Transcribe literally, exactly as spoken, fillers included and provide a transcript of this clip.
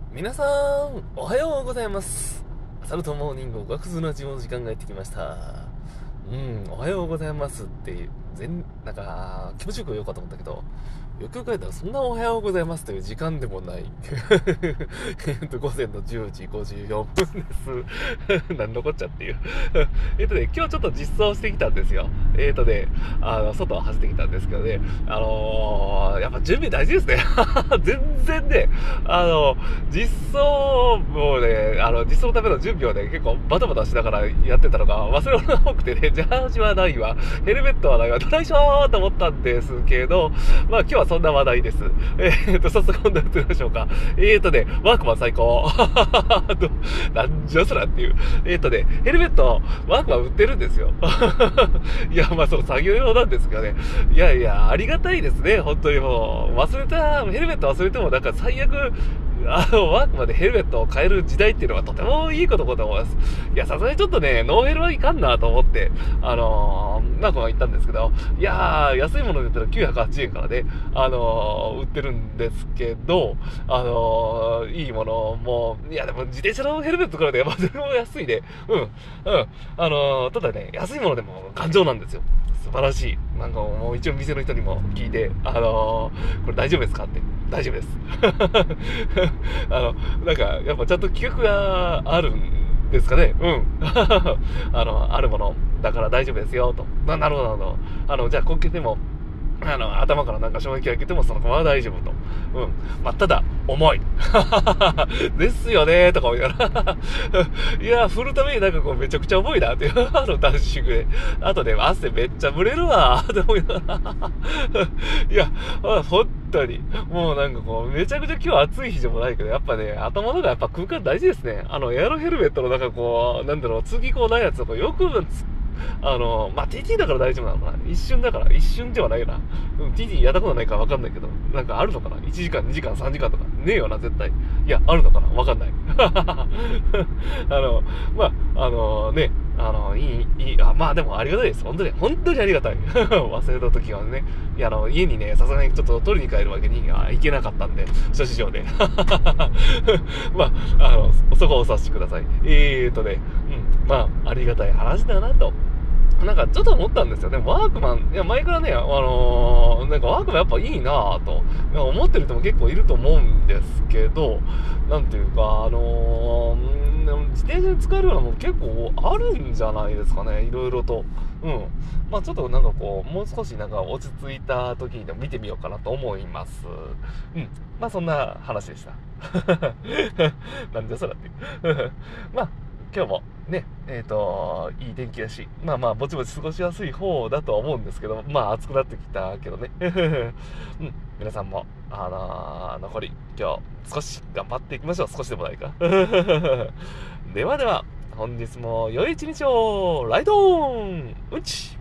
皆さん、おはようございます。アサルトモーニング学図の時間がやってきました。うん、おはようございますって、全、なんか、気持ちよく言おうかと思ったけど、よくよく考えたらそんなおはようございますという時間でもない。えっと、午前のじゅうじごじゅうよんぷんです。なんのこっちゃっていう。えっとね、今日ちょっと実装してきたんですよ。えっとね、あの、外を走ってきたんですけどね、あのー、やっぱ準備大事ですね。全然ね、あの、実装もね、あの、実装のための準備をね、結構バタバタしながらやってたのが忘れ物が多くてね、ジャージはないわ、ヘルメットはないわ、どないしょーと思ったんですけど、まあ今日はそんな話題です。えー、っと、早速本題やってみましょうか。えー、っとね、ワークマン最高。なんじゃそらっていう。えー、っとね、ヘルメット、ワークマン売ってるんですよ。いや、まあその作業用なんですけどね。いやいや、ありがたいですね。本当にもう、忘れた、ヘルメット忘れてもなんか最悪、あの、ワークマンでヘルメットを変える時代っていうのはとてもいいことだと思います。いや、さすがにちょっとね、ノーヘルはいかんなと思って、あのー、マークマン行ったんですけど、いやー、安いもので言ったらきゅうひゃくはちじゅうえんからね、あのー、売ってるんですけど、あのー、いいものも、いや、でも自転車のヘルメットからね、まあ、それも安いね。うん、うん。あのー、ただね、安いものでも頑丈なんですよ。素晴らしい。なんかもう一応店の人にも聞いて、あのー、これ大丈夫ですかって。大丈夫です。あの、なんか、やっぱちゃんと企画があるんですかね。うん。あの、あるものだから大丈夫ですよ、と。な、なるほど、なるほど。あの、じゃあ、こけても、あの、頭からなんか衝撃が受けてもそのまま大丈夫と。うん。まあ、ただ、重い。ですよねとか思いながら。いや、振るためになんかこうめちゃくちゃ重いなっていう、あの、ダッシュで。あとね、汗めっちゃ蒸れるわって思いながら。いや、本当に。もうなんかこう、めちゃくちゃ今日暑い日でもないけど、やっぱね、頭の中やっぱ空間大事ですね。あの、エアロヘルメットのなんかこう、なんだろう、通気口ないやつをこうよくあの、まあ、ティーティー だから大丈夫なのかな。一瞬だから、一瞬ではないよな。うん、ティーティー やったことないからわかんないけど、なんかあるのかな ?いち 時間、にじかん、さんじかんとか。ねえよな、絶対。いや、あるのかなわかんない。あの、まあ、あのね、あの、いい、いい、あ、まあでもありがたいです。本当に、本当にありがたい。忘れた時はね。いや、あの、家にね、さすがにちょっと取りに帰るわけにはいけなかったんで、諸事情で。まあ、あの、そこはお察しください。えーとね、うん、まあ、ありがたい話だなと。なんかちょっと思ったんですよね。ワークマン、いや前からね、あのー、なんかワークマンやっぱいいなぁと、思ってる人も結構いると思うんですけど、なんていうか、あのー、自転車で使えるようなもの結構あるんじゃないですかね、いろいろと。うん。まあちょっとなんかこう、もう少しなんか落ち着いた時にでも見てみようかなと思います。うん。まあそんな話でした。なんじゃそらっていう。まあ今日もね、えっ、ー、と、いい天気だし、まあまあ、ぼちぼち過ごしやすい方だとは思うんですけど、まあ暑くなってきたけどね。うん、皆さんも、あのー、残り、今日、少し頑張っていきましょう。少しでもないか。ではでは、本日も良い一日を、ライドオンうんち